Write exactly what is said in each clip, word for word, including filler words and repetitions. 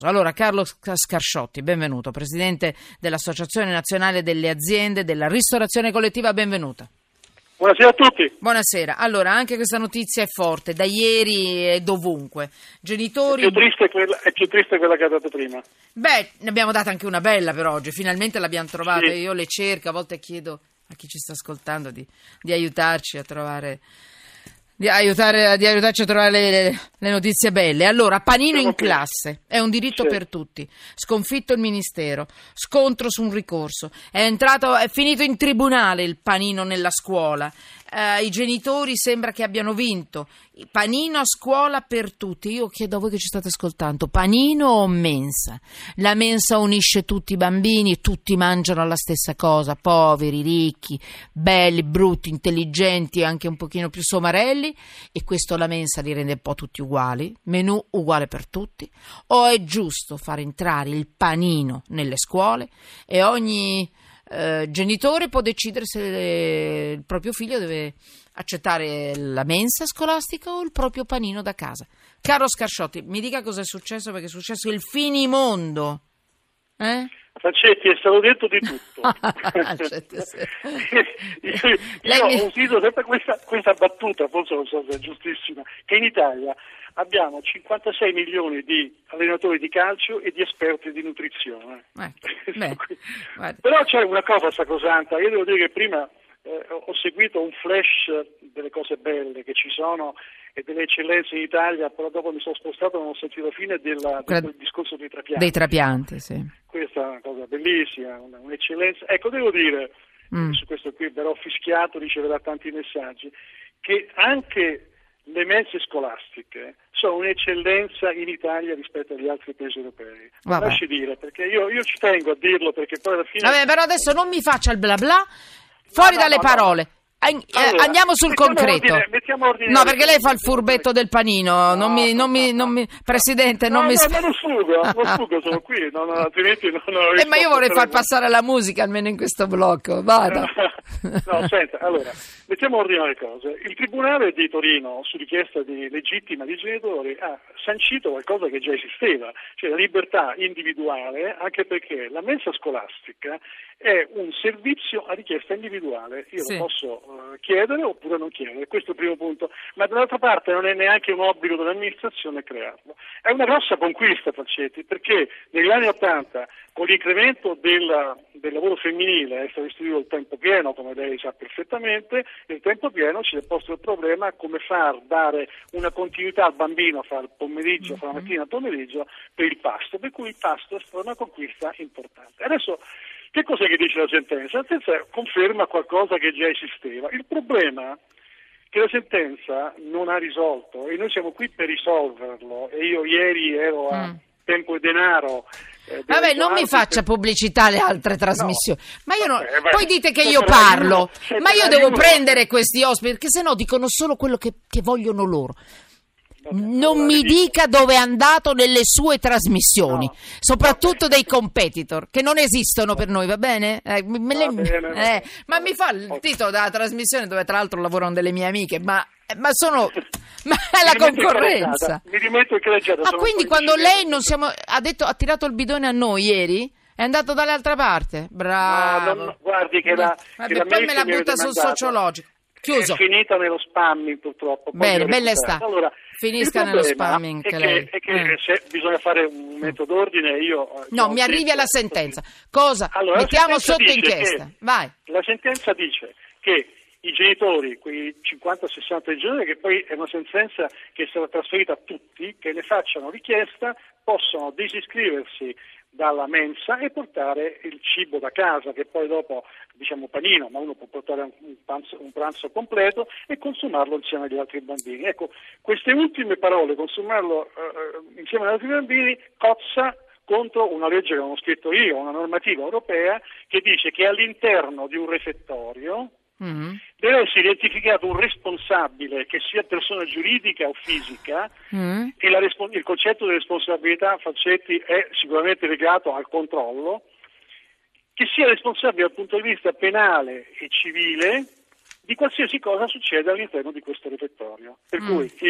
Allora, Carlo Scarsciotti, benvenuto, presidente dell'Associazione Nazionale delle Aziende della Ristorazione Collettiva, benvenuta. Buonasera a tutti. Buonasera. Allora, anche questa notizia è forte, da ieri è dovunque. Genitori... È più triste quella, è più triste quella che ha dato prima. Beh, ne abbiamo data anche una bella per oggi, finalmente l'abbiamo trovata. Sì. Io le cerco, a volte chiedo a chi ci sta ascoltando di, di aiutarci a trovare... Di, aiutare, di aiutarci a trovare le, le, le notizie belle. Allora, panino in classe è un diritto sì. per tutti. Sconfitto il ministero, scontro su un ricorso. È entrato, è finito in tribunale il panino nella scuola. Uh, I genitori sembra che abbiano vinto. Panino a scuola per tutti. Io chiedo a voi che ci state ascoltando: panino o mensa? La mensa unisce tutti i bambini, tutti mangiano la stessa cosa, poveri, ricchi, belli, brutti, intelligenti, anche un pochino più somarelli, e questo la mensa li rende un po' tutti uguali, menù uguale per tutti. O è giusto far entrare il panino nelle scuole e ogni Uh, genitore può decidere se le, il proprio figlio deve accettare la mensa scolastica o il proprio panino da casa. Caro Scarsciotti, mi dica cosa è successo, perché è successo il finimondo. Eh? Faccetti, è stato detto di tutto. io io mi... ho usato sempre questa, questa battuta, forse non so se è giustissima, che in Italia abbiamo cinquantasei milioni di allenatori di calcio e di esperti di nutrizione. Eh, beh, Però c'è una cosa sacrosanta, io devo dire che prima eh, ho seguito un flash delle cose belle che ci sono e delle eccellenze in Italia, però dopo mi sono spostato e non ho sentito la fine della, del discorso dei trapianti. Dei trapianti, sì. Questa è una cosa bellissima, una, un'eccellenza. Ecco, devo dire, mm. su questo qui verrò fischiato, riceverà tanti messaggi, che anche le mense scolastiche sono un'eccellenza in Italia rispetto agli altri paesi europei. Vabbè. Lasci dire, perché io, io ci tengo a dirlo, perché poi alla fine... Vabbè, però adesso non mi faccia il bla bla, fuori no, no, dalle no, parole. No. Allora, andiamo sul concreto. Ordine, mettiamo ordine. No, perché lei fa il furbetto del panino. No, non mi, non mi, non mi, Presidente, no, non mi. No, no, non sfugo, non sfugo, sono qui, non, altrimenti non ho. Eh, ma io vorrei far passare la musica almeno in questo blocco. Vada. No, senta, allora, mettiamo ordine alle cose. Il Tribunale di Torino, su richiesta di legittima dei genitori, ha sancito qualcosa che già esisteva, cioè la libertà individuale, anche perché la mensa scolastica è un servizio a richiesta individuale. Io sì. lo posso uh, chiedere oppure non chiedere, questo è il primo punto. Ma dall'altra parte non è neanche un obbligo dell'amministrazione crearlo. È una grossa conquista, Faccetti, perché negli anni Ottanta, con l'incremento del, del lavoro femminile, è stato istituito il tempo pieno, come lei sa perfettamente, e il tempo pieno ci è posto il problema come far dare una continuità al bambino fra il pomeriggio, fra la mattina al pomeriggio, per il pasto, per cui il pasto è stata una conquista importante. Adesso, che cos'è che dice la sentenza? La sentenza conferma qualcosa che già esisteva. Il problema è che la sentenza non ha risolto e noi siamo qui per risolverlo, e io ieri ero a mm. Tempo e Denaro. Eh, Vabbè, non mi faccia per... pubblicità alle altre trasmissioni. No. Ma io non... Vabbè, Poi dite che io parlo, ma io devo prendere questi ospiti, perché sennò dicono solo quello che, che vogliono loro. Non mi dica dove è andato nelle sue trasmissioni, no, soprattutto dei competitor che non esistono per noi, va bene? Eh, me le, bene eh, ma mi fa il titolo della trasmissione, dove tra l'altro lavorano delle mie amiche, ma, ma sono ma è la concorrenza. Mi rimetto increggiata. Ma quindi quando lei non siamo, ha detto, ha tirato il bidone a noi ieri? È andato dall'altra parte? Bravo. No, non, guardi che la, Vabbè, che la poi me la butta sul sociologico. Chiuso. È finita nello spamming, purtroppo. Bene, bella sta. Allora, finisca nello spamming. È che che, lei... è che mm. se bisogna fare un momento d'ordine, io... No, mi arrivi alla sentenza. Cosa? Allora, mettiamo sotto inchiesta. Vai. La sentenza dice che i genitori, quei cinquanta sessanta genitori, che poi è una sentenza che è stata trasferita a tutti, che ne facciano richiesta, possono disiscriversi dalla mensa e portare il cibo da casa, che poi dopo, diciamo panino, ma uno può portare un pranzo, un pranzo completo e consumarlo insieme agli altri bambini. Ecco, queste ultime parole, consumarlo eh, insieme agli altri bambini, cozza contro una legge che non ho scritto io, una normativa europea che dice che all'interno di un refettorio Mm-hmm. deve essere identificato un responsabile, che sia persona giuridica o fisica, mm-hmm. e la, il concetto di responsabilità, Faccetti, è sicuramente legato al controllo, che sia responsabile dal punto di vista penale e civile di qualsiasi cosa succeda all'interno di questo refettorio. Per mm. cui io,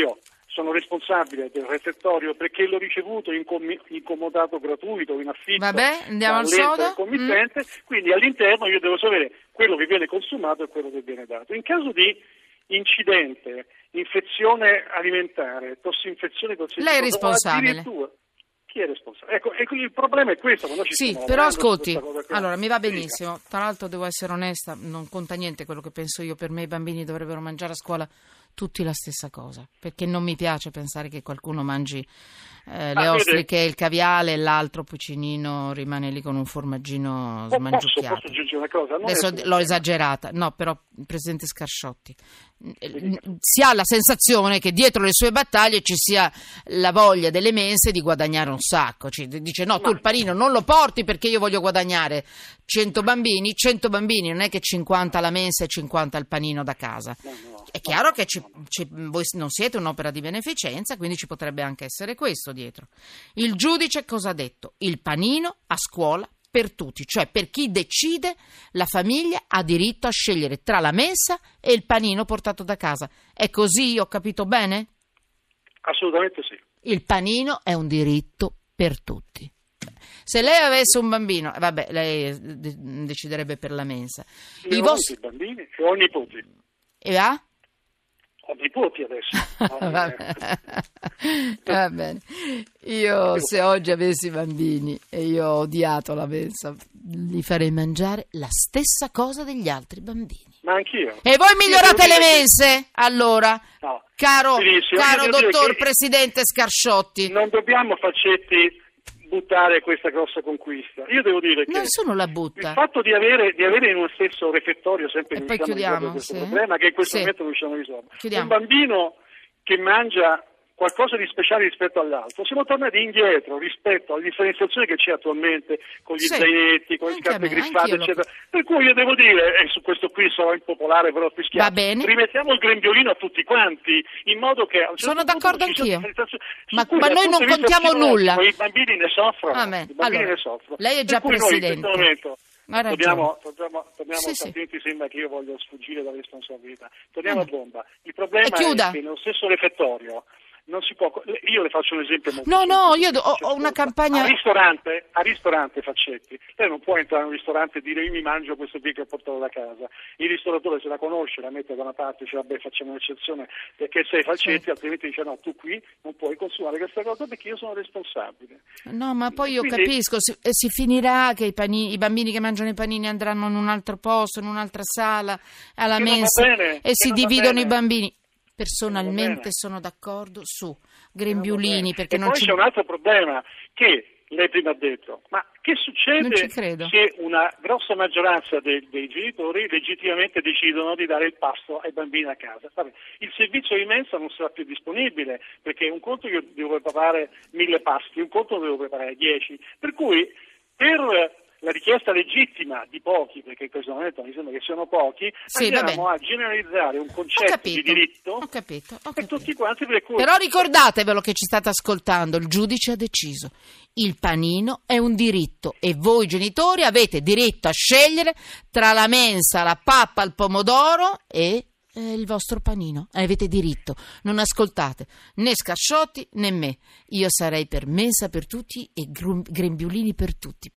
sono responsabile del refettorio perché l'ho ricevuto in, com- in comodato gratuito, in affitto. Vabbè, andiamo al dall'ente sodo. committente, mm. Quindi all'interno io devo sapere quello che viene consumato e quello che viene dato. In caso di incidente, infezione alimentare, tossinfezione, lei è responsabile. Chi è responsabile? Ecco, ecco, il problema è questo. Ci sì, però ascolti, allora mi va benissimo, tra l'altro devo essere onesta, non conta niente quello che penso io, per me i bambini dovrebbero mangiare a scuola tutti la stessa cosa, perché non mi piace pensare che qualcuno mangi eh, le ah, ostriche e il caviale e l'altro pucinino rimane lì con un formaggino oh, smangiucchiato. Posso, posso aggiungere una cosa? Non Adesso l'ho esagerata, no, però il presidente Scarsciotti si ha la sensazione che dietro le sue battaglie ci sia la voglia delle mense di guadagnare un sacco. Ci dice no, tu il panino non lo porti perché io voglio guadagnare cento bambini, cento bambini, non è che cinquanta la mensa e cinquanta il panino da casa. No, no, è chiaro no, che ci, no. Ci, voi non siete un'opera di beneficenza, quindi ci potrebbe anche essere questo dietro. Il giudice cosa ha detto? Il panino a scuola per tutti, cioè per chi decide, la famiglia ha diritto a scegliere tra la mensa e il panino portato da casa. È così, ho capito bene? Assolutamente sì. Il panino è un diritto per tutti. Se lei avesse un bambino, vabbè, lei deciderebbe per la mensa. Io I vostri bambini e ho nipoti. E ha? Ho nipoti adesso. Va bene. Va bene. Io se oggi avessi bambini e io ho odiato la mensa, li farei mangiare la stessa cosa degli altri bambini. Ma anch'io. E voi migliorate le mense? Allora, no. caro, Benissimo. caro dottor presidente Scarsciotti. Non dobbiamo Faccetti buttare questa grossa conquista. Io devo dire che nessuno la butta. Il fatto di avere, di avere in uno stesso refettorio sempre e poi chiudiamo questo sì. problema che in questo sì. momento non riusciamo a risolvere. Chiudiamo. Un bambino che mangia qualcosa di speciale rispetto all'altro, siamo tornati indietro rispetto alla differenziazione che c'è attualmente con gli sì. zainetti, con le scarpe griffate, eccetera. Lo... Per cui io devo dire, e su questo qui sarò impopolare, però qui schiaffo, rimettiamo il grembiolino a tutti quanti, in modo che... Sono d'accordo anch'io, ma, ma noi non contiamo nulla. I bambini ne soffrono, ah, i bambini allora, ne soffrono. Lei è già per presidente. Noi in questo momento torniamo, torniamo, torniamo sì, altrimenti sì. sembra che io voglio sfuggire dalla responsabilità. Torniamo ah. a bomba. Il problema è che nello stesso refettorio non si può. Io le faccio un esempio molto no semplice. no io ho, ho una campagna al ristorante al ristorante Faccetti, lei non può entrare in un ristorante e dire io mi mangio questo qui che ho portato da casa. Il ristoratore se la conosce, la mette da una parte e dice vabbè facciamo un'eccezione perché sei Faccetti, sì. altrimenti dice no, tu qui non puoi consumare questa cosa perché io sono responsabile. No, ma poi io Quindi, capisco si, si finirà che i, panini, i bambini che mangiano i panini andranno in un altro posto, in un'altra sala alla mensa bene, e si dividono i bambini. Personalmente sono d'accordo su grembiulini perché e non poi ci... c'è un altro problema che lei prima ha detto, ma che succede se una grossa maggioranza dei, dei genitori legittimamente decidono di dare il pasto ai bambini a casa? Vabbè, il servizio di mensa non sarà più disponibile perché un conto io devo preparare mille pasti, un conto devo preparare dieci, per cui per la richiesta legittima di pochi, perché in questo momento mi sembra che siano pochi, sì, andiamo a generalizzare un concetto di diritto ho capito, ho per capito. tutti quanti. Per cui... Però ricordatevelo che ci state ascoltando, il giudice ha deciso, il panino è un diritto e voi genitori avete diritto a scegliere tra la mensa, la pappa, il pomodoro e... il vostro panino, avete diritto, non ascoltate né Scarsciotti né me, io sarei per mensa per tutti e grembiulini per tutti.